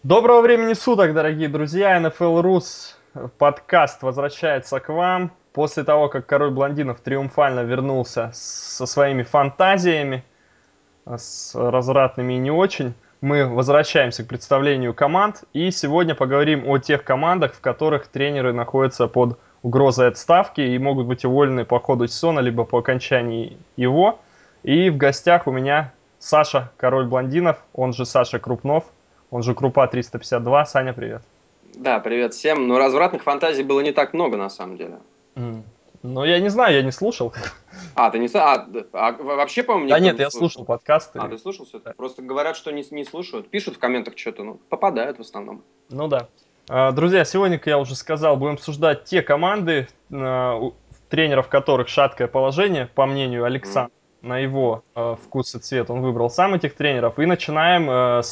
Доброго времени суток, дорогие друзья! НФЛ Рус подкаст возвращается к вам. После того, как король блондинов триумфально вернулся со своими фантазиями, с развратными и не очень, мы возвращаемся к представлению команд. И сегодня поговорим о тех командах, в которых тренеры находятся под угрозой отставки и могут быть уволены по ходу сезона, либо по окончании его. И в гостях у меня Саша, король блондинов, он же Саша Крупнов, он же Крупа 352. Саня, привет. Да, привет всем. Но развратных фантазий было не так много на самом деле. Ну, я не знаю, я не слушал. Ты не вообще, по-моему, Да никто нет, не я слушал слушал. Ты подкасты. слушал все-таки? Да. Просто говорят, что не слушают. Пишут в комментах что-то, ну, попадают в основном. Ну да. Друзья, сегодня, как я уже сказал, будем обсуждать те команды, тренеров которых шаткое положение, по мнению Александра, М, на м, его м. вкус и цвет. Он выбрал сам этих тренеров. И начинаем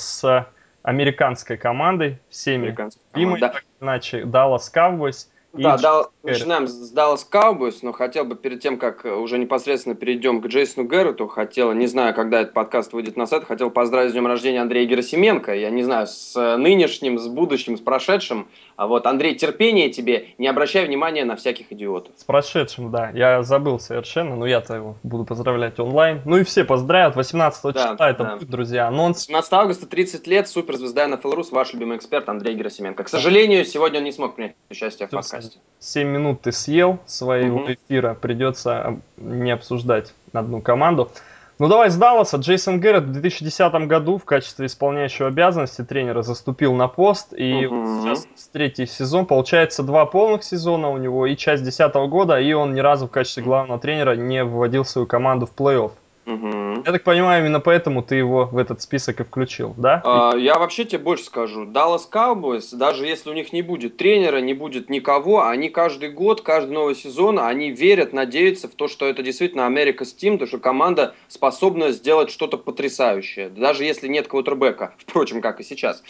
с американской командой, всеми Американская любимой, команда. так или иначе, Dallas Cowboys и Да, Джейсон Гаррett. начинаем с Dallas Cowboys, но хотел бы перед тем, как уже непосредственно перейдем к Джейсону Гаррету, не знаю, когда этот подкаст выйдет на сайт, хотел поздравить с днем рождения Андрея Герасименко. Я не знаю, с нынешним, с будущим, с прошедшим. А вот, Андрей, терпение тебе, не обращай внимания на всяких идиотов. С прошедшим, да. Я забыл совершенно, но я-то его буду поздравлять онлайн. Ну и все поздравят. 18 Да, числа это да. будет, друзья, анонс. 18 августа, 30 лет, суперзвезда НФЛ Рус, ваш любимый эксперт Андрей Герасименко. К Да. сожалению, сегодня он не смог принять участие в Все, Сань. подкасте. 7 минут ты съел своего Мгм. эфира. Придется не обсуждать одну команду. Ну давай с Далласа. Джейсон Гарретт в 2010 году в качестве исполняющего обязанности тренера заступил на пост. И вот Мгм. сейчас третий сезон. Получается, два полных сезона у него и часть 2010 года. И он ни разу в качестве главного тренера не вводил свою команду в плей-офф. Мгм. Я так понимаю, именно поэтому ты его в этот список и включил, да? Я вообще тебе больше скажу. Dallas Cowboys, даже если у них не будет тренера, не будет никого, они каждый год, каждый новый сезон, они верят, надеются в то, что это действительно America's Team, то, что команда способна сделать что-то потрясающее, даже если нет квотербека, впрочем, как и сейчас.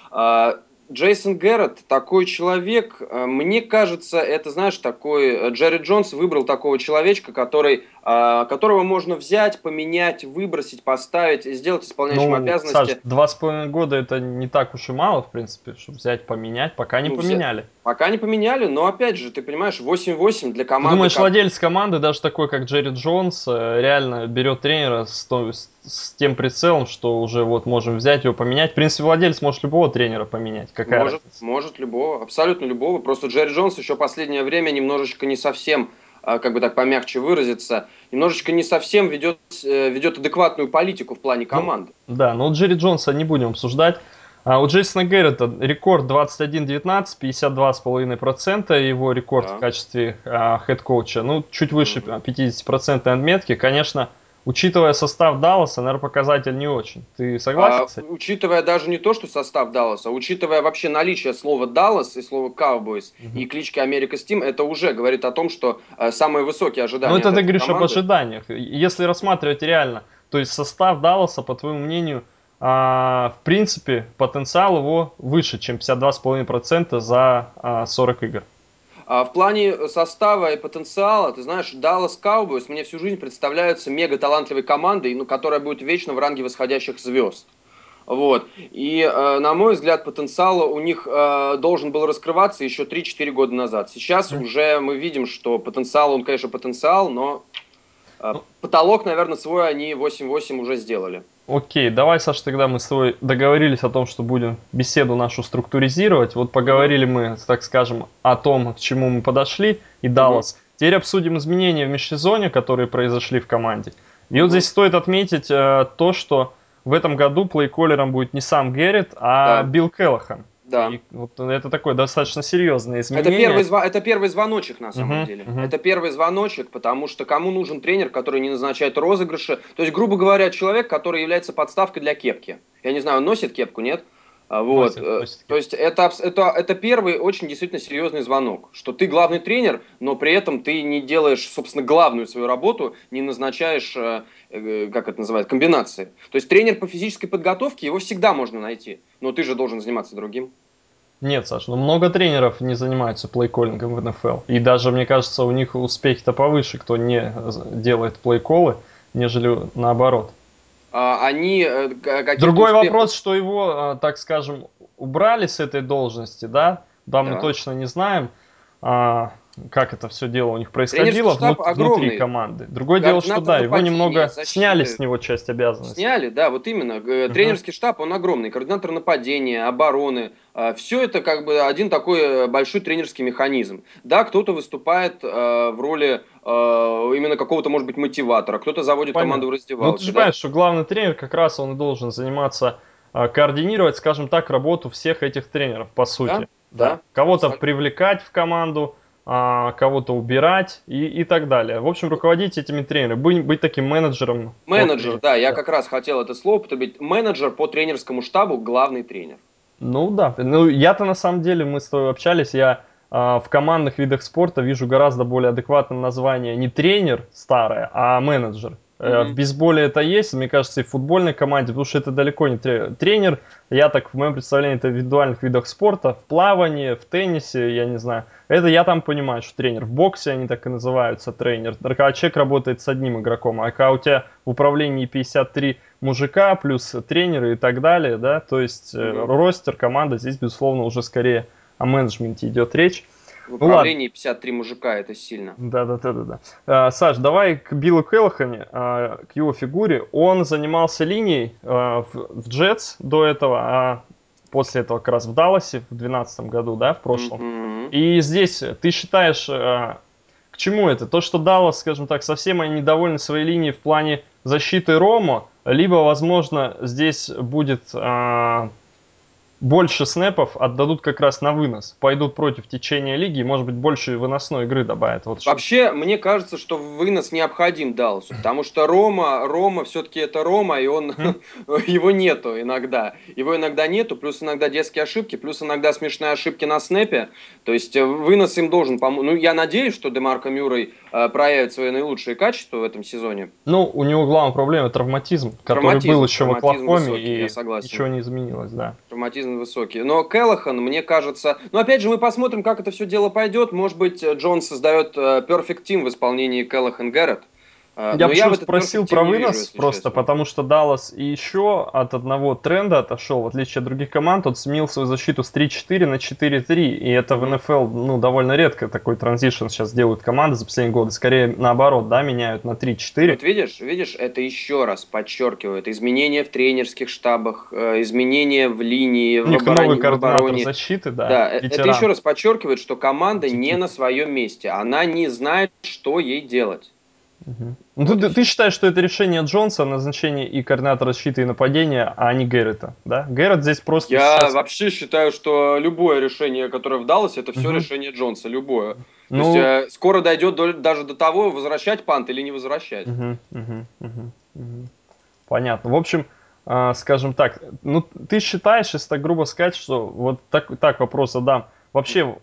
А, Джейсон Гарретт такой человек, мне кажется, это, знаешь, такой Джерри Джонс выбрал такого человечка, которого можно взять, поменять, выбросить, поставить, сделать исполняющим Ну, Саш, обязанности. 2,5 года это не так уж и мало, в принципе, чтобы взять, поменять, пока не Ну, поменяли. пока не поменяли, но опять же, ты понимаешь, 8-8 для Ты команды, думаешь, как владелец команды, даже такой, как Джерри Джонс, реально берет тренера с тем прицелом, что уже вот можем взять его поменять? В принципе, владелец может любого тренера поменять, какая разница? может любого, абсолютно любого. Просто Джерри Джонс еще последнее время немножечко не совсем, как бы так помягче выразиться, немножечко не совсем ведет адекватную политику в плане Ну, команды. да, но у Джерри Джонса не будем обсуждать. А у Джейсона Гэррета рекорд 21-19, 52,5% его рекорд в Да. качестве хед-коуча. Ну, чуть выше Мгм. 50% отметки. Конечно, учитывая состав Далласа, наверное, показатель не очень. Ты согласен с этим? Учитывая даже не то, что состав Далласа, учитывая вообще наличие слова Даллас и слова Cowboys и Мгм. клички America's Team, это уже говорит о том, что самые высокие Ну, ожидания это от ты этой говоришь об команды. ожиданиях. Если рассматривать реально, то есть состав Далласа, по твоему мнению, в принципе, потенциал его выше, чем 52,5% за 40 игр. В плане состава и потенциала, ты знаешь, Dallas Cowboys мне всю жизнь представляются мега талантливой командой, ну, которая будет вечно в ранге восходящих звезд. Вот. И, на мой взгляд, потенциал у них должен был раскрываться еще 3-4 года назад. Сейчас Мгм. уже мы видим, что потенциал, он, конечно, потенциал, но Ну, потолок, наверное, свой они 8-8 уже сделали. окей, давай, Саш, тогда мы с тобой договорились о том, что будем беседу нашу структуризировать. Вот Мгм. поговорили мы, так скажем, о том, к чему мы подошли, и Мгм. Даллас. Теперь обсудим изменения в межсезонье, которые произошли в команде. И вот Мгм. здесь стоит отметить то, что в этом году плейколлером будет не сам Геррит, а Да, Билл Келлахан. да. И вот это такое достаточно серьезное Это изменение. это первый звоночек на самом Мгм, деле. мгм. Это первый звоночек, потому что кому нужен тренер, который не назначает розыгрыши? То есть, грубо говоря, человек, который является подставкой для кепки. Я не знаю, он носит кепку, нет? Вот. Носит То кепку. есть это первый очень действительно серьезный звонок, что ты главный тренер, но при этом ты не делаешь, собственно, главную свою работу, не назначаешь, как это называется, комбинации. То есть тренер по физической подготовке, его всегда можно найти, но ты же должен заниматься другим. Нет, Саш, ну много тренеров не занимаются плейколлингом в НФЛ. И даже, мне кажется, у них успехи-то повыше, кто не делает плейколы, нежели наоборот. Они каким-то Другой успехом. вопрос, что его, так скажем, убрали с этой должности, да, мы Да. точно не знаем, а, как это все дело у них Тренерский происходило штаб внутри огромный. команды. Другое дело, что Координатор да, его нападения, немного сняли с защиты. него часть обязанностей. Сняли, да, вот именно. Мгм. Тренерский штаб, он огромный. Координатор нападения, обороны. Все это как бы один такой большой тренерский механизм. Да, кто-то выступает в роли именно какого-то, может быть, мотиватора, кто-то заводит команду в Понятно. Ну, ты раздевалке, же да. понимаешь, что главный тренер как раз он и должен заниматься, координировать, скажем так, работу всех этих тренеров, по Да, сути. Да. да, Кого-то абсолютно. привлекать в команду, кого-то убирать и так далее. В общем, руководить этими тренерами, быть таким менеджером по Менеджер, да, я да. как раз хотел это слово употребить. Менеджер по тренерскому штабу, главный тренер. Ну да, ну я-то на самом деле, мы с тобой общались, я в командных видах спорта вижу гораздо более адекватное название не тренер старое, а менеджер. В Мгм. бейсболе это есть, мне кажется, и в футбольной команде, потому что это далеко не тренер. Я так, в моем представлении, это в индивидуальных видах спорта, в плавании, в теннисе, я не знаю. Это я там понимаю, что тренер. В боксе они так и называются, тренер. Когда человек работает с одним игроком, а когда у тебя в управлении 53 мужика, плюс тренеры и так далее, да, то есть Мгм. ростер, команда, здесь, безусловно, уже скорее о менеджменте идет речь. В Ну ладно, управлении 53 мужика, это сильно. да. Саш, давай к Биллу Келлахане, к его фигуре. Он занимался линией в Джетс до этого, а после этого как раз в Далласе в 2012 году, да, в прошлом. Мгм. И здесь ты считаешь, к чему это? То, что Даллас, скажем так, совсем они недовольны своей линией в плане защиты Ромо, либо, возможно, здесь будет больше снэпов отдадут как раз на вынос, пойдут против течения лиги и, может быть, больше выносной игры добавят. Вот что. Вообще, мне кажется, что вынос необходим Далласу, потому что Рома все-таки это Рома, и он Мгм. его нету иногда. Его иногда нету, плюс иногда детские ошибки, плюс иногда смешные ошибки на снэпе. То есть вынос им должен помочь. Ну, я надеюсь, что Демарко Мюррей проявит свои наилучшие качества в этом сезоне. Ну, у него главная проблема травматизм, который был еще в Травматизм Оклахоме высокий, я и согласен. ничего не изменилось, да. Травматизм высокий. Но Келлахан, мне кажется... Ну, опять же, мы посмотрим, как это все дело пойдет. Может быть, Джонс создает Perfect Team в исполнении Келлахан Гаррет. Я Но я почему в этот спросил Perfect Team про не вижу, вынос, если просто честно. потому что Даллас и еще от одного тренда отошел, в отличие от других команд, он сменил свою защиту с 3-4 на 4-3, и это в Мгм. НФЛ, ну, довольно редко такой транзишн сейчас делают команды за последние годы, скорее наоборот, да, меняют на 3-4. Вот видишь, это еще раз подчеркивает изменения в тренерских штабах, изменения в линии, У них новый в координатор обороне. защиты, да, Да, это еще ветеран раз подчеркивает, что команда не на Тикити. своем месте. Она не знает, что ей делать. Мгм. Ну, Вот и ты все. считаешь, что это решение Джонса, назначение и координатора защиты и нападения, а не Гэррета, да? Гэррет здесь просто Я сейчас... вообще считаю, что любое решение, которое в Далласе, это все Мгм. решение Джонса, любое. То есть Ну, скоро дойдет даже до того, возвращать пант или не возвращать. мгм. Понятно. В общем, скажем так, ну, ты считаешь, если так грубо сказать, что вот так вопрос задам. Вообще,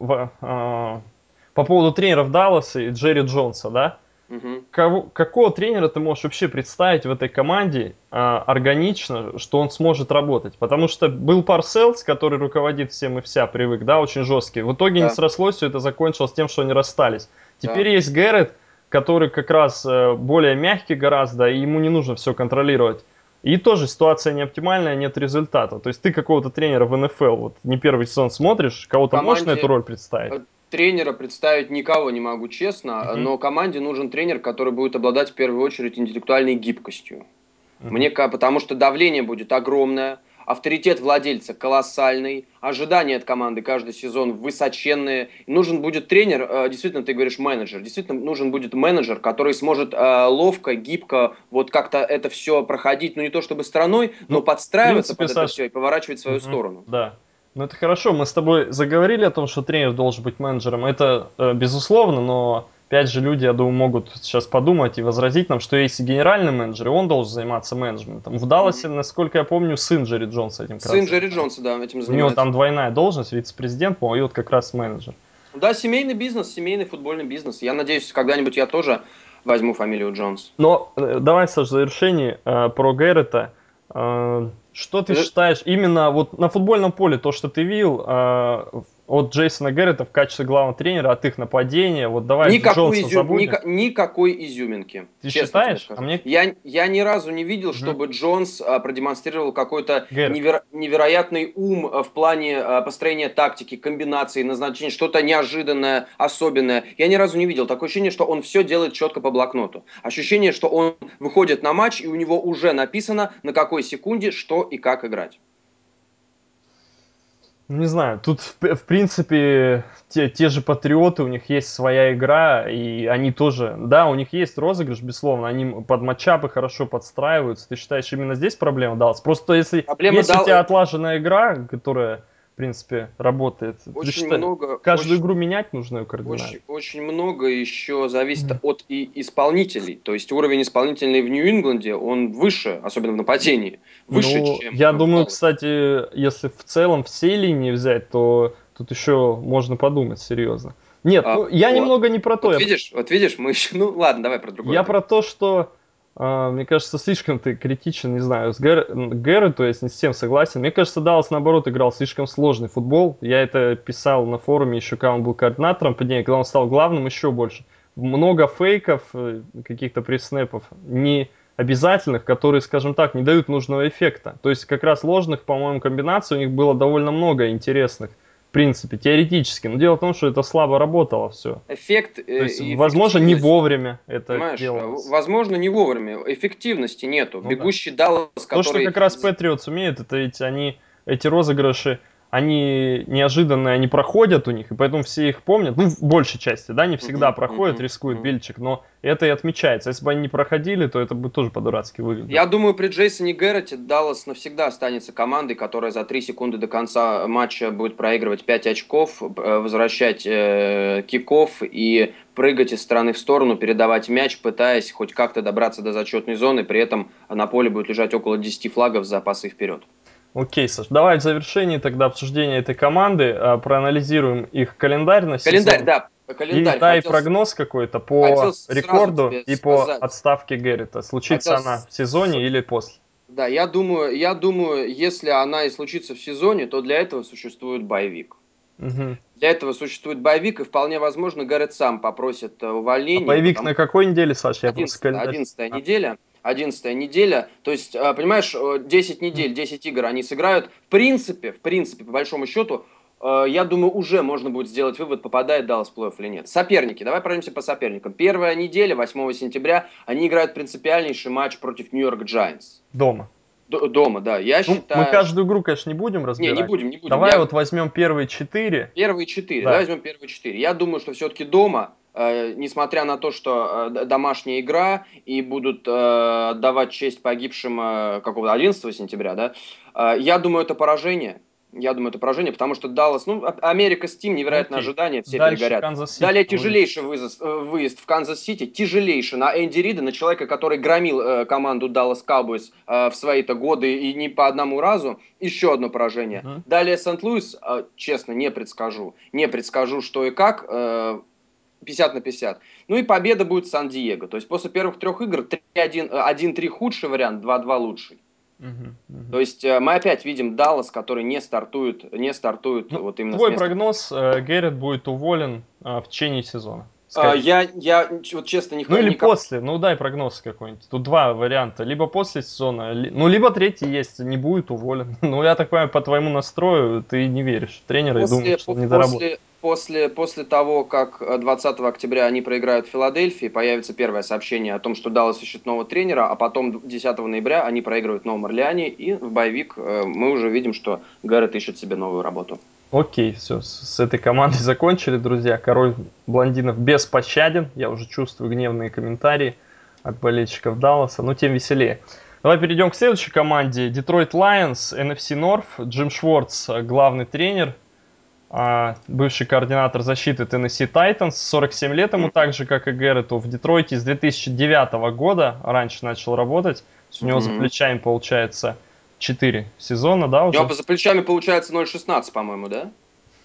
по поводу тренеров Далласа и Джерри Джонса, да? Мгм. Какого тренера ты можешь вообще представить в этой команде органично, что он сможет работать? Потому что был Парселс, который руководит всем и вся, привык, да, очень жесткий. В итоге не Да, срослось, все это закончилось тем, что они расстались. Теперь да. есть Гэррет, который как раз более мягкий гораздо, и ему не нужно все контролировать. И тоже ситуация не оптимальная, нет результата. То есть ты какого-то тренера в НФЛ, вот не первый сезон смотришь, В кого-то можешь на эту команде роль представить? тренера представить никого не могу, честно, Мгм, но команде нужен тренер, который будет обладать в первую очередь интеллектуальной гибкостью. мгм. Потому что давление будет огромное, авторитет владельца колоссальный, ожидания от команды каждый сезон высоченные. Нужен будет тренер, действительно, ты говоришь менеджер, действительно нужен будет менеджер, который сможет ловко, гибко вот как-то это все проходить, ну не то чтобы стороной, но Ну, в подстраиваться принципе, под это Саш, все и поворачивать в свою мгм, сторону. да. Ну, это хорошо. Мы с тобой заговорили о том, что тренер должен быть менеджером. Это безусловно, но опять же люди, я думаю, могут сейчас подумать и возразить нам, что есть и генеральный менеджер, и он должен заниматься менеджментом. В Далласе, Мгм. насколько я помню, сын Джерри Джонса этим как раз Сын Джерри занимается. Джонса, да, этим У него занимается. там двойная должность, вице-президент, по-моему, и вот как раз менеджер. Да, семейный бизнес, семейный футбольный бизнес. Я надеюсь, когда-нибудь я тоже возьму фамилию Джонс. Но давай, Саш, в завершении про Гэррета. Что ты Э, считаешь именно вот на футбольном поле, то, что ты видел, от Джейсона Гэррета в качестве главного тренера, от их нападения. Вот давай Джонса забудем. Никакой изюминки, Ты честно тебе считаешь? А скажу. мне... Я ни разу не видел, Мгм. чтобы Джонс продемонстрировал какой-то Гэррет. невероятный ум в плане построения тактики, комбинаций, назначения, что-то неожиданное, особенное. Я ни разу не видел. Такое ощущение, что он все делает четко по блокноту. Ощущение, что он выходит на матч, и у него уже написано, на какой секунде, что и как играть. Ну, не знаю, тут, в принципе, те же Патриоты, у них есть своя игра, и они тоже, да, у них есть розыгрыш, безусловно, они под матчапы хорошо подстраиваются. Ты считаешь, именно здесь проблема далась? Просто если Проблема есть у дал тебя отлаженная игра, которая, в принципе, работает, ты очень считаешь, много, каждую игру менять нужно ее кардинально? очень много еще зависит Мгм. от исполнителей. То есть уровень исполнителей в Нью-Ингланде, он выше, особенно в нападении, выше, Ну, чем я в думаю, Далласе. кстати, если в целом все линии взять, то тут еще можно подумать серьезно. Нет, ну я Вот. немного не про то, Вот видишь, мы еще... Ну, ладно, давай про другое я тогда. про то, что, мне кажется, слишком ты критичен, не знаю, с Гэррет, то есть не с тем согласен. Мне кажется, Даллас, наоборот, играл слишком сложный футбол. Я это писал на форуме еще, когда он был координатором падения, когда он стал главным, еще больше. Много фейков, каких-то преснэпов, не обязательных, которые, скажем так, не дают нужного эффекта. То есть как раз ложных, по-моему, комбинаций у них было довольно много интересных, в принципе, теоретически. Но дело в том, что это слабо работало все. Эффект То есть, и возможно, не эффективность, вовремя это понимаешь, делалось. возможно, не вовремя. Эффективности нету. Ну да. Бегущий Даллас, То, что который... как раз Патриотс умеют, это ведь они, эти розыгрыши, они неожиданные, они проходят у них, и поэтому все их помнят. Ну, в большей части, да, не всегда Мгм, проходят, мгм, рискует мгм. Бельчик, но это и отмечается. Если бы они не проходили, то это бы тоже по-дурацки выглядело. Я думаю, при Джейсоне Гэррете Даллас навсегда останется командой, которая за 3 секунды до конца матча будет проигрывать 5 очков, возвращать киков и прыгать из стороны в сторону, передавать мяч, пытаясь хоть как-то добраться до зачетной зоны, при этом на поле будет лежать около 10 флагов за пасы вперед. Окей, Саш, давай в завершении тогда обсуждения этой команды проанализируем их календарь на Календарь, сезон да, и календарь. дай прогноз какой-то Хотел по сразу рекорду тебе и по сказать. отставке Гэррета. Хотел Случится она в сезоне или после? Да, я думаю, если она и случится в сезоне, то для этого существует боевик. Мгм. Для этого существует боевик, и вполне возможно, Гаррет сам попросит А увольнения, боевик потому на что какой неделе, Саш? Я просто 11, календарь. 11 А. неделя, 11 неделя, то есть, понимаешь, 10 М. недель, 10 игр они сыграют. В принципе, по большому счету, я думаю, уже можно будет сделать вывод, попадает Даллас в плей-офф или нет. Соперники, давай пройдемся по соперникам. Первая неделя, 8 сентября, они играют принципиальнейший матч против Нью-Йорк Джайантс. Дома. Дома, да. Я Ну, мы считаю, что... каждую игру, конечно, не будем Не, не разбирать. будем, не будем. Давай вот возьмем первые 4. Первые 4. Давай Да. возьмем первые 4. Я думаю, что все-таки дома, несмотря на то, что домашняя игра и будут отдавать честь погибшим какого-то 11 сентября, да, я думаю, это поражение. Я думаю, это поражение, потому что Даллас, ну, Америка с Тим, Ну невероятное окей. ожидание, все Дальше перегорят. Канзас-Сити Далее на выезде. тяжелейший выезд в Канзас-Сити, тяжелейший на Энди Рида, на человека, который громил команду Dallas Cowboys в свои-то годы и не по одному разу. Еще одно поражение. Мгм. Далее Сент-Луис, честно, не предскажу. Не предскажу, что и как. 50 на 50. Ну и победа будет Сан-Диего. То есть после первых 3 игр 3-1, 1-3 худший вариант, 2-2 лучший. Мгм. То Мгм. есть мы опять видим Даллас, который не стартует Ну, вот именно с твой места. прогноз, Гэррет будет уволен в течение сезона, скорее. Я вот честно Ну или никого... после, ну дай прогноз какой-нибудь. Тут два варианта. Либо после сезона, ну либо третий есть, не будет уволен. Ну я так понимаю, по твоему настрою ты не веришь в тренера и думаешь, После, что по- он не доработает. после того, как 20 октября они проиграют в Филадельфии, появится первое сообщение о том, что Даллас ищет нового тренера, а потом 10 ноября они проигрывают в Новом Орлеане, и в боевик мы уже видим, что Гаррет ищет себе новую работу. Окей, все, с этой командой закончили, друзья. Король блондинов беспощаден. Я уже чувствую гневные комментарии от болельщиков Далласа, но тем веселее. Давай перейдем к следующей команде. Детройт Lions, NFC North. Джим Шварц, главный тренер, бывший координатор защиты Tennessee Titans. 47 лет ему, так же, как и Гэррету. В Детройте с 2009 года раньше начал работать. То есть у него за Мгм. плечами, получается, 4 сезона, да, У него уже? за плечами получается 0,16, по-моему, да?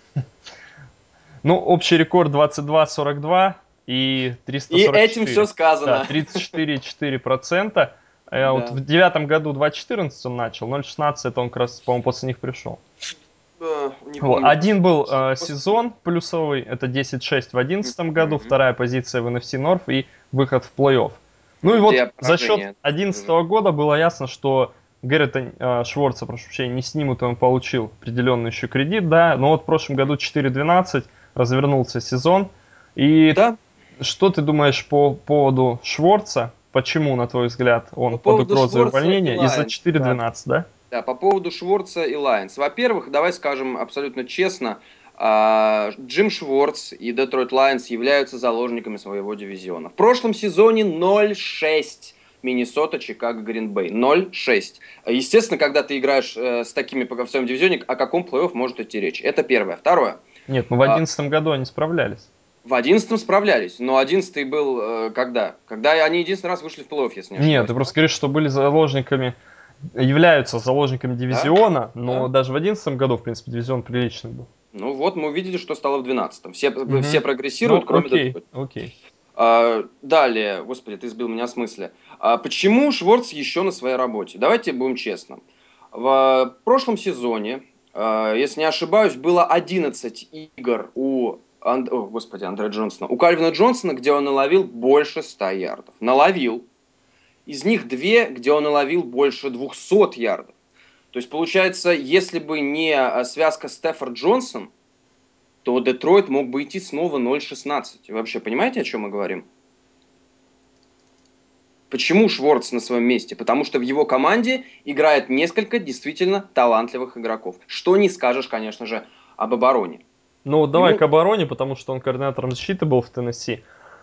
Ну, общий рекорд 22-42 и И этим все 344. Да, сказано. 34,4%. Вот в 2009 году 2,14 он начал, 0,16 это он как раз, по-моему, после них пришел. Не Вот. помню. Один был Господи. сезон плюсовый, это 10-6 в 2011 году, Мгм. вторая позиция в NFC North и выход в плей-офф. Ну и вот Где за счет поражение. 2011 года было ясно, что Гаррета Шворца, прошу прощения, не снимут, и он получил определенный еще кредит, да, но вот в прошлом году 4-12 развернулся сезон. И Да, что ты думаешь по поводу Шворца? Почему, на твой взгляд, по он под поводу угрозой Шворца и увольнения? Из-за Лайнс. Да. 4-12, да? Да, по поводу Шворца и Лайнс. Во-первых, давай скажем абсолютно честно, Джим Шварц и Детройт Лайнс являются заложниками своего дивизиона. В прошлом сезоне 0-6 Миннесота, Чикаго, Грин-Бэй. 0-6. Естественно, когда ты играешь с такими в своем дивизионе, о каком плей-офф может идти речь? Это первое. Второе. Нет, ну в А, 2011 году они справлялись. В 11-м справлялись, но 11-й был когда? Когда они единственный раз вышли в плей-офф, если не Нет, ошибаюсь. ты просто говоришь, что были заложниками, являются заложниками Да? дивизиона, но Да? даже в 2011 году, в принципе, дивизион приличный был. Ну вот мы увидели, что стало в 12-м. Все Мгм. прогрессируют, Ну, кроме окей, Детройта. окей. Далее, господи, ты сбил меня с мысли. Почему Шворц еще на своей работе? Давайте будем честны. В прошлом сезоне, если не ошибаюсь, было 11 игр господи, Андре Джонсона. У Кальвина Джонсона, где он наловил больше 100 ярдов. Наловил. Из них две, где он наловил больше 200 ярдов. То есть, получается, если бы не связка Стефорд-Джонсон, то Детройт мог бы идти снова 0-16. Вы вообще понимаете, о чем мы говорим? Почему Шворц на своем месте? Потому что в его команде играет несколько действительно талантливых игроков. Что не скажешь, конечно же, об обороне. Ну, давай к Ему, обороне, потому что он координатором защиты был в Теннесси.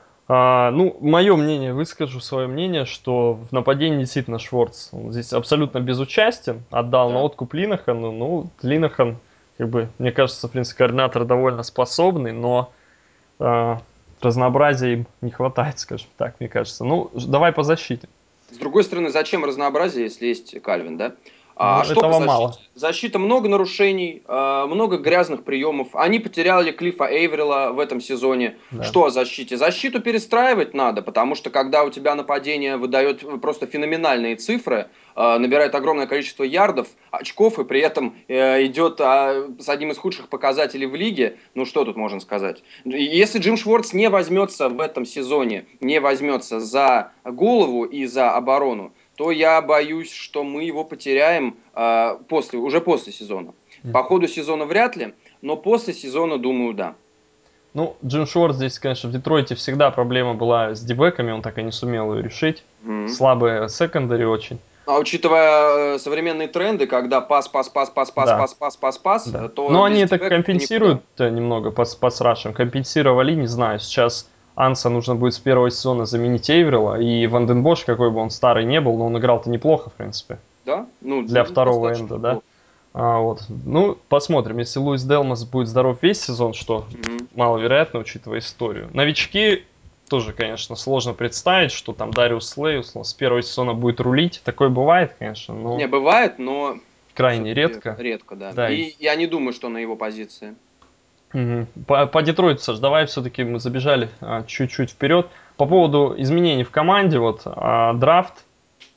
Ну, мое мнение, выскажу свое мнение, что в нападении действительно Шворц, он здесь абсолютно безучастен, отдал на да. откуп Линахану. Ну, Линахан, как бы, мне кажется, в принципе, координатор довольно способный, но а, разнообразия им не хватает, скажем так, мне кажется. Ну, давай по защите. С другой стороны, зачем разнообразие, если есть Кальвин, да? А Ну, что по этого защите? мало. Защита много нарушений, много грязных приемов. Они потеряли Клиффа Эйврила в этом сезоне. Да. Что о защите? Защиту перестраивать надо, потому что когда у тебя нападение выдает просто феноменальные цифры, набирает огромное количество ярдов, очков и при этом идет с одним из худших показателей в лиге, ну что тут можно сказать? Если Джим Шварц не возьмется в этом сезоне, не возьмется за голову и за оборону, то я боюсь, что мы его потеряем уже после сезона. По ходу сезона вряд ли, но после сезона, думаю, да. Ну, Джим Шварц здесь, конечно, в Детройте всегда проблема была с дебеками, он так и не сумел ее решить. Мгм. Слабые секондари очень. А учитывая современные тренды, когда пас, пас, пас, пас, пас, Да, пас, пас, пас, пас, да. то Но они без это дебека ты никуда. компенсируют немного по срашам. Компенсировали, не знаю. Сейчас Анса нужно будет с первого сезона заменить Эйврила. И Ванденбош, какой бы он старый не был, но он играл-то неплохо, в принципе. Да? Ну, Для второго достаточно энда, да. неплохо. Вот. Ну, посмотрим. Если Луис Делмас будет здоров весь сезон, что Мгм. маловероятно, учитывая историю. Новички тоже, конечно, сложно представить, что там Дариус Слей с первого сезона будет рулить. Такое бывает, конечно, но Не, бывает, но крайне все-таки редко. редко, да. Да, И я не думаю, что на его позиции. мгм. По Детройту, Саш, давай все-таки мы забежали чуть-чуть вперед. По поводу изменений в команде, вот драфт.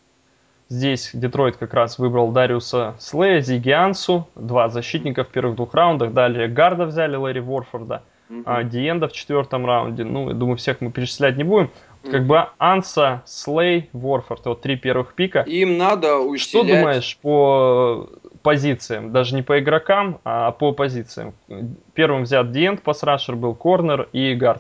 Здесь Детройт как раз выбрал Дариуса Слея, Зиги Ансу, два защитника в первых двух раундах. Далее гарда взяли Лэри Ворфорда, Мгм. Диенда в четвертом раунде. Ну, я думаю, всех мы перечислять не будем. Как Мгм. бы Анса, Слей, Ворфорд, вот три первых пика. Им надо Что усилять. думаешь по позициям, даже не по игрокам, а по позициям? Первым взят Диенд, пасрашер был, корнер и гард.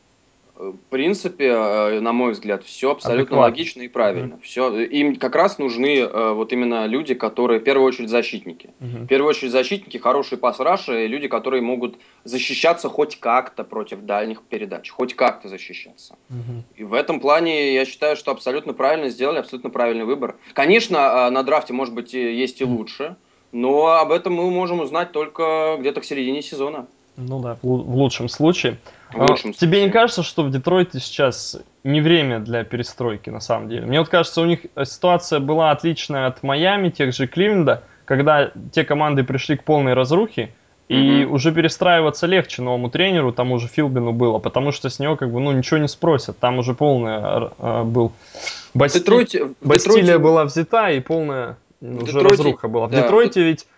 В принципе, на мой взгляд, все абсолютно Адекватно. логично и Мгм. правильно. Все, им как раз нужны вот именно люди, которые, в первую очередь, защитники. В Мгм. первую очередь, защитники, хорошие пас-раши, люди, которые могут защищаться хоть как-то против дальних передач, хоть как-то защищаться. Мгм. И в этом плане я считаю, что абсолютно правильно сделали, абсолютно правильный выбор. Конечно, на драфте, может быть, есть и лучше, но об этом мы можем узнать только где-то к середине сезона, Ну да, в лучшем случае. в лучшем Тебе не случае. кажется, что в Детройте сейчас не время для перестройки, на самом деле? Мне вот кажется, у них ситуация была отличная от Майами, тех же Кливленда, когда те команды пришли к полной разрухе, и Мгм. уже перестраиваться легче новому тренеру, тому же Филбину было, потому что с него как бы, ну, ничего не спросят. Там уже полный был... В Детройте, Бастилия была взята, и полная В уже Детройте, разруха была. В да, Детройте ведь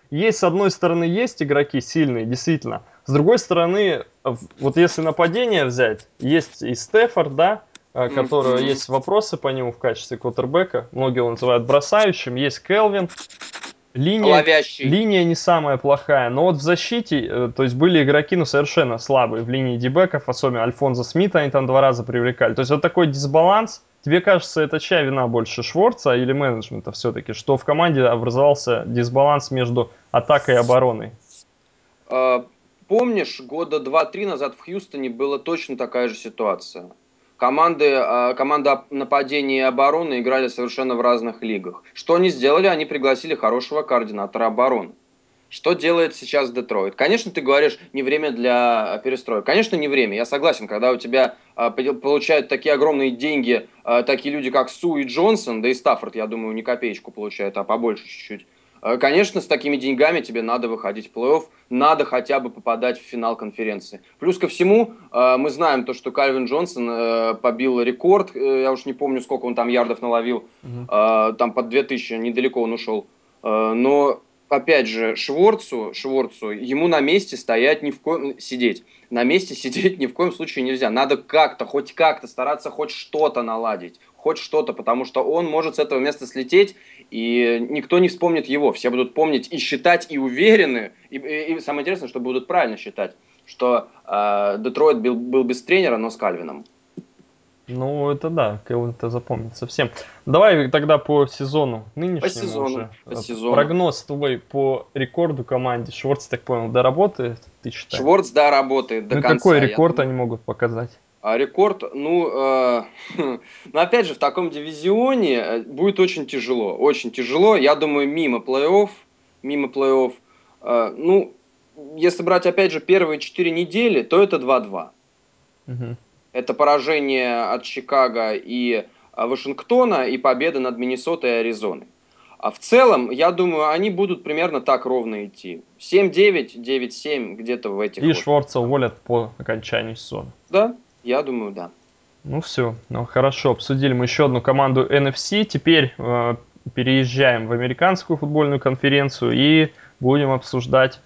есть, с одной стороны, есть игроки сильные, действительно. С другой стороны, вот если нападение взять, есть и Стефорд, да, которого Мгм. есть вопросы по нему в качестве квотербека. Многие его называют бросающим. Есть Келвин. Линия, Ловящий. линия не самая плохая, но вот в защите, то есть были игроки, ну, совершенно слабые в линии дибеков, особенно Альфонса Смита они там 2 раза привлекали. То есть вот такой дисбаланс. Тебе кажется, это чья вина больше, Шворца или менеджмента все-таки, что в команде образовался дисбаланс между атакой и обороной? А, Помнишь, года два-три назад в Хьюстоне была точно такая же ситуация. Команда нападения и обороны играли совершенно в разных лигах. Что они сделали? Они пригласили хорошего координатора обороны. Что делает сейчас Детройт? Конечно, ты говоришь, не время для перестроек. Конечно, не время. Я согласен, когда у тебя получают такие огромные деньги, такие люди, как Су и Джонсон, да и Стаффорд, я думаю, не копеечку получает, а побольше чуть-чуть. Конечно, с такими деньгами тебе надо выходить в плей-офф, надо хотя бы попадать в финал конференции. Плюс ко всему, мы знаем то, что Кальвин Джонсон побил рекорд, я уж не помню, сколько он там ярдов наловил, Мгм. там под 2000, недалеко он ушел. Но опять же, Шворцу, ему на месте стоять ни в коем... Сидеть. На месте сидеть ни в коем случае нельзя. Надо как-то, хоть как-то стараться хоть что-то наладить. Хоть что-то, потому что он может с этого места слететь, и никто не вспомнит его. Все будут помнить и считать, и уверены, и самое интересное, что будут правильно считать, что Детройт был без тренера, но с Кальвином. Ну, это да, Кэлвин-то запомнится всем. Давай тогда по сезону По нынешнему сезону, уже. по сезону. Прогноз твой по рекорду команде. Шварц, так понял, доработает, ты считаешь? Шворц, да, работает до Ну и какой конца. Я рекорд они думаю, могут показать? а рекорд, но опять же, в таком дивизионе будет очень тяжело. Очень тяжело. Я думаю, мимо плей-офф. Ну, если брать, опять же, первые 4 недели, то это 2-2. Мгм. Это поражение от Чикаго и Вашингтона и победа над Миннесотой и Аризоной. А в целом, я думаю, они будут примерно так ровно идти. 7-9, 9-7, где-то в этих И вот. Шварца уволят по окончанию сезона. Да, я думаю, да. Ну все, ну хорошо, обсудили мы еще одну команду NFC. Теперь переезжаем в американскую футбольную конференцию и будем обсуждать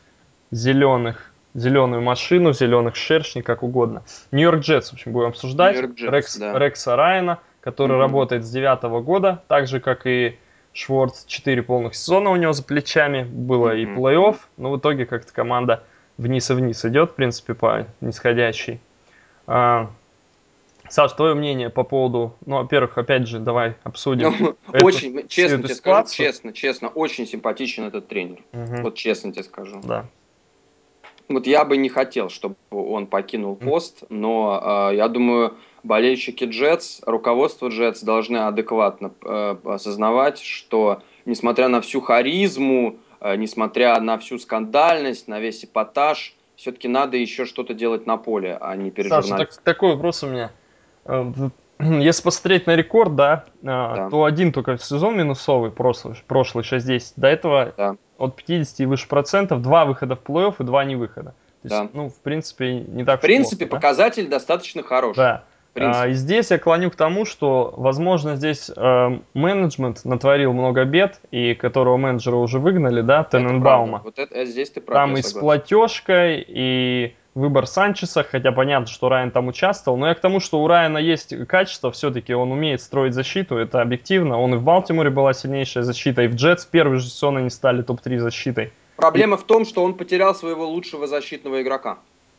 зеленую машину, зеленых шершней, как угодно. Нью-Йорк Джетс, в общем, будем обсуждать. Нью-Йорк Джетс, да. Рекса Райана, который Мгм. работает с 2009 года, так же, как и Шварц, 4 полных сезона у него за плечами, было и Мгм. плей-офф, но в итоге как-то команда вниз и вниз идет, в принципе, по нисходящей. А, Саш, твое мнение по поводу, ну, во-первых, опять же, давай обсудим Ну, всю честно эту тебе скажу, ситуацию. честно, очень симпатичен этот тренер. Мгм, Вот честно тебе скажу. да. Вот я бы не хотел, чтобы он покинул пост, но я думаю, болельщики Джетс, руководство Джетс должны адекватно осознавать, что несмотря на всю харизму, несмотря на всю скандальность, на весь эпатаж, все-таки надо еще что-то делать на поле, а не перед Саша, журналистами. такой вопрос у меня. Если посмотреть на рекорд, да, Да, то один только сезон минусовый, прошлый 6-10. До этого да, от 50 и выше процентов, 2 выхода в плей-офф и 2 невыхода. То есть, да. ну, в принципе, не В так уж принципе, плохо, да? показатель достаточно хороший. Да. В И принципе. здесь я клоню к тому, что, возможно, здесь менеджмент натворил много бед, и которого менеджера уже выгнали, да, Это правда. Тененбаума. Вот здесь ты прав, я Там и с согласен. платежкой, и выбор Санчеса, хотя понятно, что Райан там участвовал, но я к тому, что у Райана есть качество, все-таки он умеет строить защиту, это объективно. Он и в Да. Балтиморе была сильнейшая защита, и в Джетс в первый же сезон они стали топ-3 защитой. И, Проблема в том, что он потерял своего лучшего защитного игрока.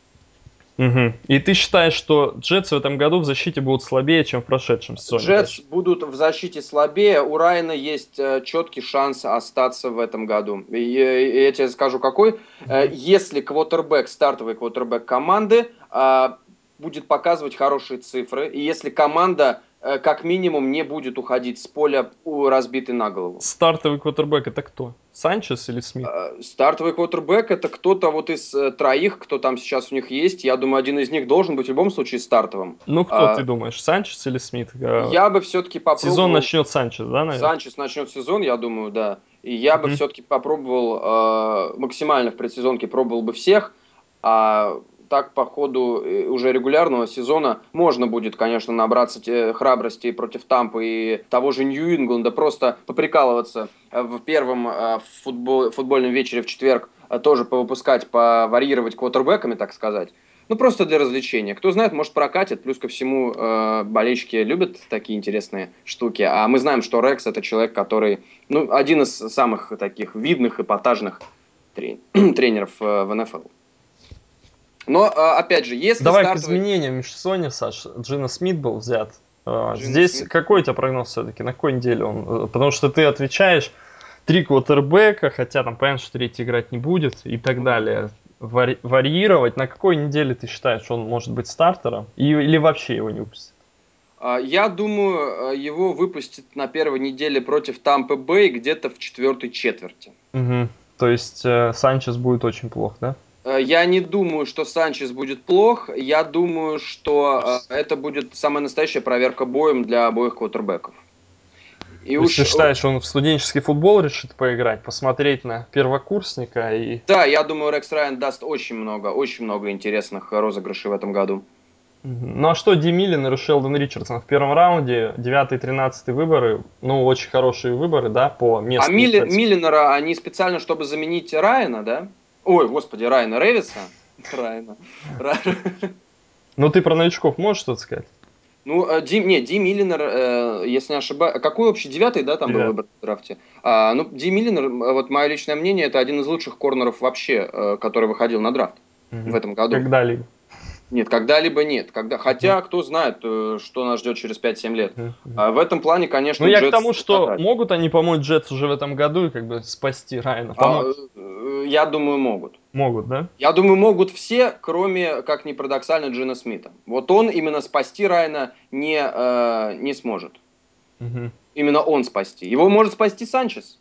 и ты считаешь, что Джетс в этом году в защите будут слабее, чем в прошедшем сезоне Джетс даже? будут в защите слабее. У Райана есть четкий шанс остаться в этом году. И я тебе скажу, какой. Мгм. Если стартовый квотербек команды будет показывать хорошие цифры, и если команда как минимум не будет уходить с поля разбитой на голову. Стартовый квотербек это кто? Санчес или Смит? Стартовый квотербек это кто-то вот из троих, кто там сейчас у них есть. Я думаю, один из них должен быть в любом случае стартовым. Ну, кто ты думаешь, Санчес или Смит? Я бы все-таки Сезон попробовал. начнет Санчес, да, наверное? Санчес начнет сезон, я думаю, да. И я бы Мгм. все-таки попробовал максимально в предсезонке пробовал бы всех. А так по ходу уже регулярного сезона можно будет, конечно, набраться храбрости против Тампы и того же Нью-Ингланда, просто поприкалываться в первом футбольном вечере в четверг, тоже повыпускать, поварьировать квотербеками, так сказать. Ну, просто для развлечения. Кто знает, может, прокатит. Плюс ко всему, болельщики любят такие интересные штуки. А мы знаем, что Рекс – это человек, который, ну, один из самых таких видных, эпатажных тренеров в НФЛ. Но, опять же, если Давай к стартовый... изменениям межсезонья, Саш. Джина Смит был взят. Джина Здесь Смит. какой у тебя прогноз все-таки? На какой неделе он? Потому что ты отвечаешь 3 квотербека, хотя там понятно, что третий играть не будет и так далее. Варьировать. На какой неделе ты считаешь, что он может быть стартером? Или вообще его не выпустят? Я думаю, его выпустят на первой неделе против Тампы Бэй где-то в четвертой четверти. Угу. То есть Санчес будет очень плохо, да? Я не думаю, что Санчес будет плох. Я думаю, что это будет самая настоящая проверка боем для обоих квотербеков. И То есть ты уж, считаешь, он в студенческий футбол решит поиграть, посмотреть на первокурсника и... да, я думаю, Рекс Райан даст очень много интересных розыгрышей в этом году. Ну а что Ди Миллинер и Шелдон Ричардсон в первом раунде, 9-13 выборы, ну очень хорошие выборы, да, по А месту, кстати. Миллинера они специально, чтобы заменить Райана, да? Ой, господи, Райана Ревиса. Райана. Ну ты про новичков можешь что-то сказать? Ну, Ди Миллинер, если не ошибаюсь, какой вообще, девятый, да, там был Девят. выбор в драфте? Ну, Ди Миллинер, вот мое личное мнение, это один из лучших корнеров вообще, который выходил на драфт в Мгм. этом году. Когда-либо. Нет, когда-либо нет. Мгм. Хотя, кто знает, что нас ждет через 5-7 лет. Мгм. Мгм. А в этом плане, Ну конечно, я к Джетс тому, что хватает. могут они помочь Джетс уже в этом году и как бы спасти Райана, помочь? Я думаю, могут. Могут, да? Я думаю, могут все, кроме, как ни парадоксально, Джина Смита. Вот он именно спасти Райана не сможет. Мгм. Именно он спасти. Его может спасти Санчес.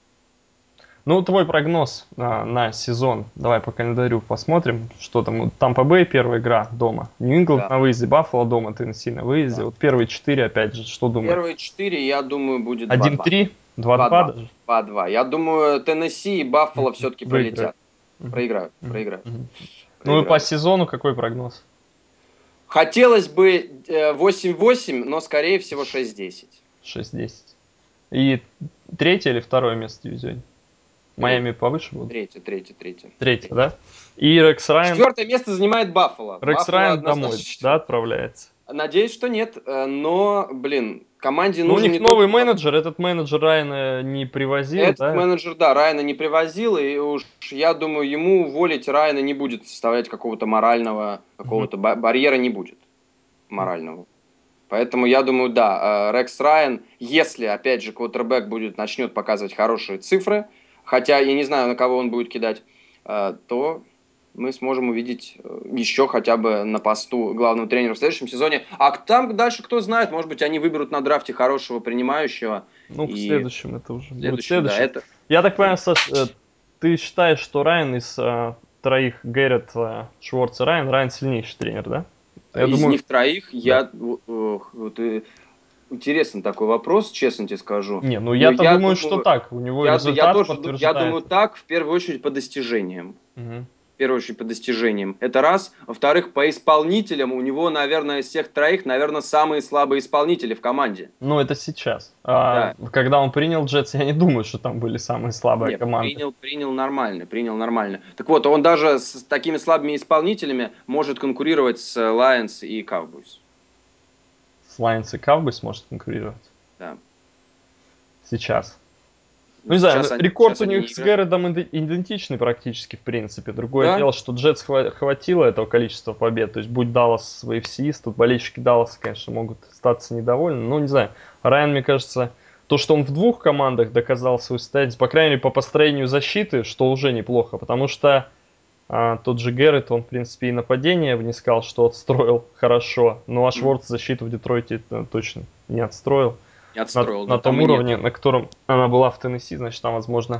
Ну, твой прогноз на сезон. Давай по календарю посмотрим, что там. Тампа Бэй первая игра дома. Нью-Ингланд Да, на выезде, Баффало дома, Теннесси на выезде. да. Вот первые 4, опять же, что думаешь? Первые 4, я думаю, будет 2-2. 1-3, 2-2 2-2. даже? 2-2. Я думаю, Теннесси и Баффало Мгм. все-таки Выиграют. пролетят. Мгм. Проиграют, Мгм. проиграют, Мгм. Ну и по проиграют. сезону какой прогноз? Хотелось бы 8-8, но, скорее всего, 6-10. 6-10. И третье или второе место в дивизионе? Майами Третье. повыше будут? Третье. Третье, да? И Рекс Райан. Четвертое место занимает Баффало. Рекс Баффало Райан домой, однозначно да, четвертое. отправляется? Надеюсь, что нет, но, блин, команде Ну, у нужен них не новый только менеджер, этот менеджер Райана не привозил, этот да? менеджер, да, Райана не привозил, и уж я думаю, ему уволить Райана не будет составлять какого-то морального, Мгм. какого-то барьера не будет морального. Поэтому я думаю, да, Рекс Райан, если, опять же, квотербек начнет показывать хорошие цифры, хотя я не знаю, на кого он будет кидать, то мы сможем увидеть еще хотя бы на посту главного тренера в следующем сезоне. А там дальше кто знает, может быть, они выберут на драфте хорошего принимающего. Ну, в И следующем это уже в будет следующем, да, следующем. это Я так понимаю, да. Саш, ты считаешь, что Райан из троих, Гэррет, Шварц и Райан сильнейший тренер, да? Я Из думаю, них троих да. интересный такой вопрос, честно тебе скажу. Не, ну Но я-то я думаю, что думаю, так. У него я результаты тоже я думаю подтверждают. так, в первую очередь по достижениям. Мгм. В первую очередь по достижениям. Это раз. Во-вторых, по исполнителям у него, наверное, из всех троих, наверное, самые слабые исполнители в команде. Ну, это сейчас. Да. Когда он принял Джетс, я не думаю, что там были самые слабые Нет, команды. принял нормально, принял нормально. Так вот, он даже с такими слабыми исполнителями может конкурировать с Lions и Cowboys. С Lions и Cowboys может конкурировать Да. сейчас. Ну, Ну, не знаю, ну, рекорд сейчас у они них не с играют. Гэрредом идентичный практически, в принципе. Другое Да, дело, что Джетс хватило этого количества побед. То есть, будь Даллас в AFC, тут болельщики Далласа, конечно, могут остаться недовольны. Ну, не знаю, Райан, мне кажется, то, что он в двух командах доказал свою стать, по крайней мере, по построению защиты, что уже неплохо. Потому что тот же Гэррет, он, в принципе, и нападение внескал, что отстроил хорошо. Ну, а Шворц защиту в Детройте точно не отстроил не отстроил, на да, том там и нет. уровне, на котором она была в Теннесси, значит, там, возможно,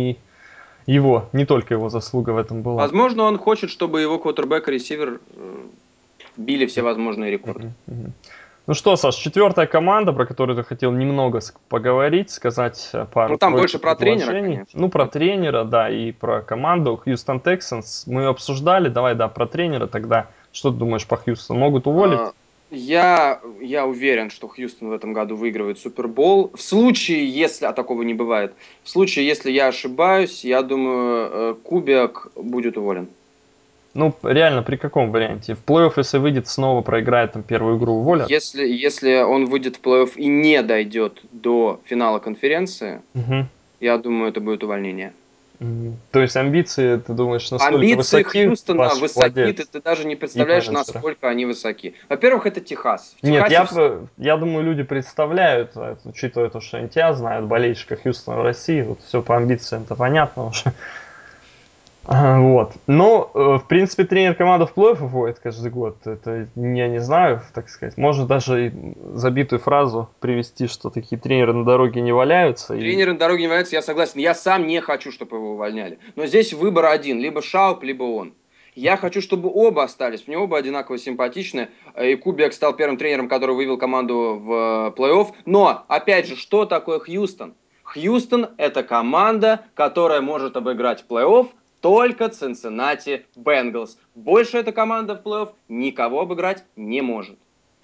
не только его заслуга в этом была. Возможно, он хочет, чтобы его квотербек и ресивер били все возможные рекорды. Мгм, мгм. Ну что, Саш, четвертая команда, про которую ты хотел немного поговорить, сказать Ну, пару там твоих больше про тренера, предложений. конечно. Ну, про тренера, да, и про команду Houston Texans. Мы обсуждали, давай, да, про тренера тогда. Что ты думаешь по Хьюстону? Могут уволить? А, я уверен, что Хьюстон в этом году выигрывает Супербол. В случае, если, а такого не бывает, в случае, если я ошибаюсь, я думаю, Кубик будет уволен. Ну, реально, при каком варианте? В плей-офф, если выйдет, снова проиграет там первую игру, уволят? Если он выйдет в плей-офф и не дойдет до финала конференции, Мгм. я думаю, это будет увольнение. То есть амбиции, ты думаешь, настолько Амбиции высоки, Хьюстона ваш высоки, ты, владелец ты даже не и представляешь, менеджеры? насколько они высоки. Во-первых, это Техас. В Нет, Техасе я думаю, люди представляют, учитывая то, что они тебя знают, болельщика Хьюстона в России, вот все по амбициям, это понятно уже. Вот. Но, в принципе, тренер команды в плей-офф вводит каждый год. Это я не знаю, так сказать. Можно даже и забитую фразу привести, что такие тренеры на дороге не валяются. И тренер на дороге не валяется, я согласен. Я сам не хочу, чтобы его увольняли. Но здесь выбор один. Либо Шауп, либо он. Я хочу, чтобы оба остались. Мне оба одинаково симпатичны. И Кубик стал первым тренером, который вывел команду в плей-офф. Но, опять же, что такое Хьюстон? Хьюстон – это команда, которая может обыграть в плей-офф только Цинциннати Бенгалс. Больше эта команда в плей-офф никого обыграть не может.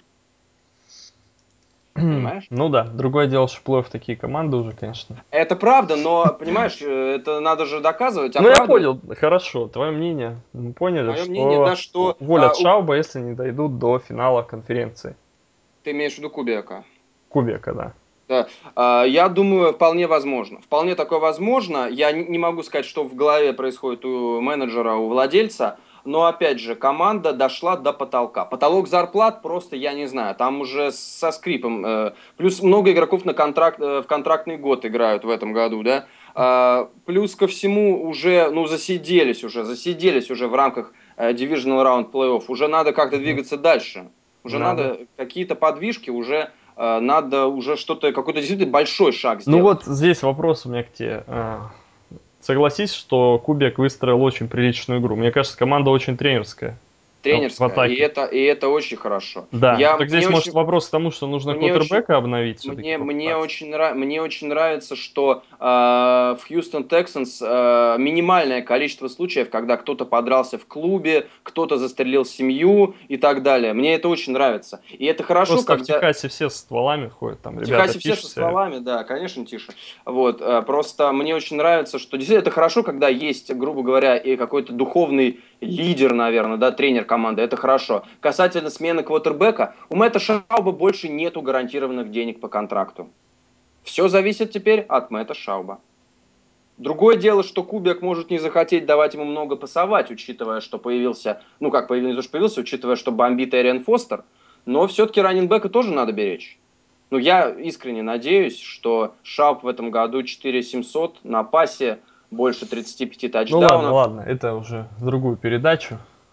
Понимаешь? ну да, другое дело, что в плей-офф такие команды уже, конечно. Это правда, но, понимаешь, это надо же доказывать, Ну, я оправдывать. понял, хорошо, твое мнение. Мы поняли, Мое мнение, да, что что уволят Шауба, если не дойдут до финала конференции. ты имеешь в виду Кубека. Кубека, да. Да. Я думаю, вполне возможно. Вполне такое возможно. Я не могу сказать, что в голове происходит у менеджера, у владельца, но, опять же, команда дошла до потолка. Потолок зарплат просто, я не знаю, там уже со скрипом. Плюс много игроков в контрактный год играют в этом году, да. Плюс ко всему уже, ну, засиделись уже в рамках Divisional Round Playoff. Уже надо как-то Мгм. двигаться дальше. Уже Надо. надо какие-то подвижки, уже надо уже что-то, какой-то действительно большой шаг Ну сделать. вот здесь вопрос у меня к тебе. Согласись, что Кубик выстроил очень приличную игру. Мне кажется, команда очень тренерская в Тренерская, и атаке. это очень хорошо. Да, ну Я, так мне здесь может очень, вопрос к тому, что нужно мне очень, квотербека обновить все-таки, попытаться. мне очень нравится, что в Хьюстон Texans минимальное количество случаев, когда кто-то подрался в клубе, кто-то застрелил семью и так далее. Мне это очень нравится. И это хорошо, Просто в когда Техасе все с стволами ходят, там в ребята Техасе все тише со себя. стволами, да, конечно, тише. Вот, просто мне очень нравится, что действительно это хорошо, когда есть, грубо говоря, и какой-то духовный лидер, наверное, да, тренер команды, это хорошо. Касательно смены квотербека, у Мэтта Шауба больше нету гарантированных денег по контракту. Все зависит теперь от Мэтта Шауба. Другое дело, что Кубик может не захотеть давать ему много пасовать, учитывая, что появился, ну как появился, не то, что появился, учитывая, что бомбит Эриан Фостер, но все-таки раннинбека тоже надо беречь. Ну, я искренне надеюсь, что Шауп в этом году 4700 на пасе, больше 35 Ну ладно, тачдаунов. ладно, это уже в другую передачу.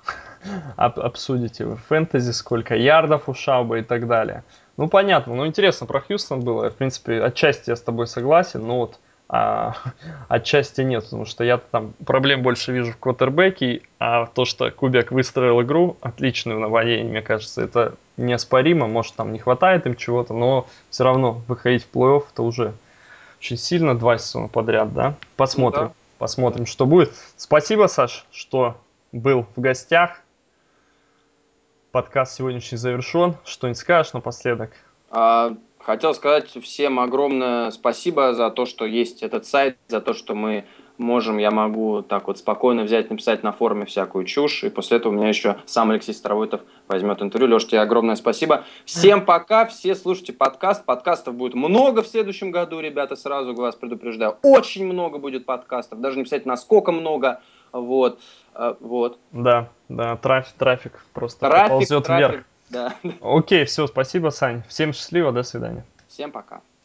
Обсудите вы фэнтези, сколько ярдов у Шауба и так далее. Ну, понятно. Ну, интересно про Хьюстон было. В принципе, отчасти я с тобой согласен, но вот а, отчасти нет, потому что я там проблем больше вижу в квотербеке, а то, что Кубик выстроил игру отличную на воении, мне кажется, это неоспоримо. Может, там не хватает им чего-то, но все равно выходить в плей-офф это уже очень сильно, два сезона подряд, да? Ну Посмотрим. да, да. Посмотрим, что будет. Спасибо, Саш, что был в гостях. Подкаст сегодняшний завершен. Что-нибудь скажешь напоследок? Хотел сказать всем огромное спасибо за то, что есть этот сайт, за то, что мы можем, я могу так вот спокойно взять, написать на форуме всякую чушь, и после этого у меня еще сам Алексей Старовойтов возьмет интервью. Леш, тебе огромное спасибо. Всем пока, все слушайте подкаст. Подкастов будет много в следующем году, ребята, сразу вас предупреждаю. Очень много будет подкастов, даже не писать насколько много. Вот, вот. Да, да, трафик просто Трафик, поползет вверх. трафик, да. Окей, все, спасибо, Сань. Всем счастливо, до свидания. Всем пока.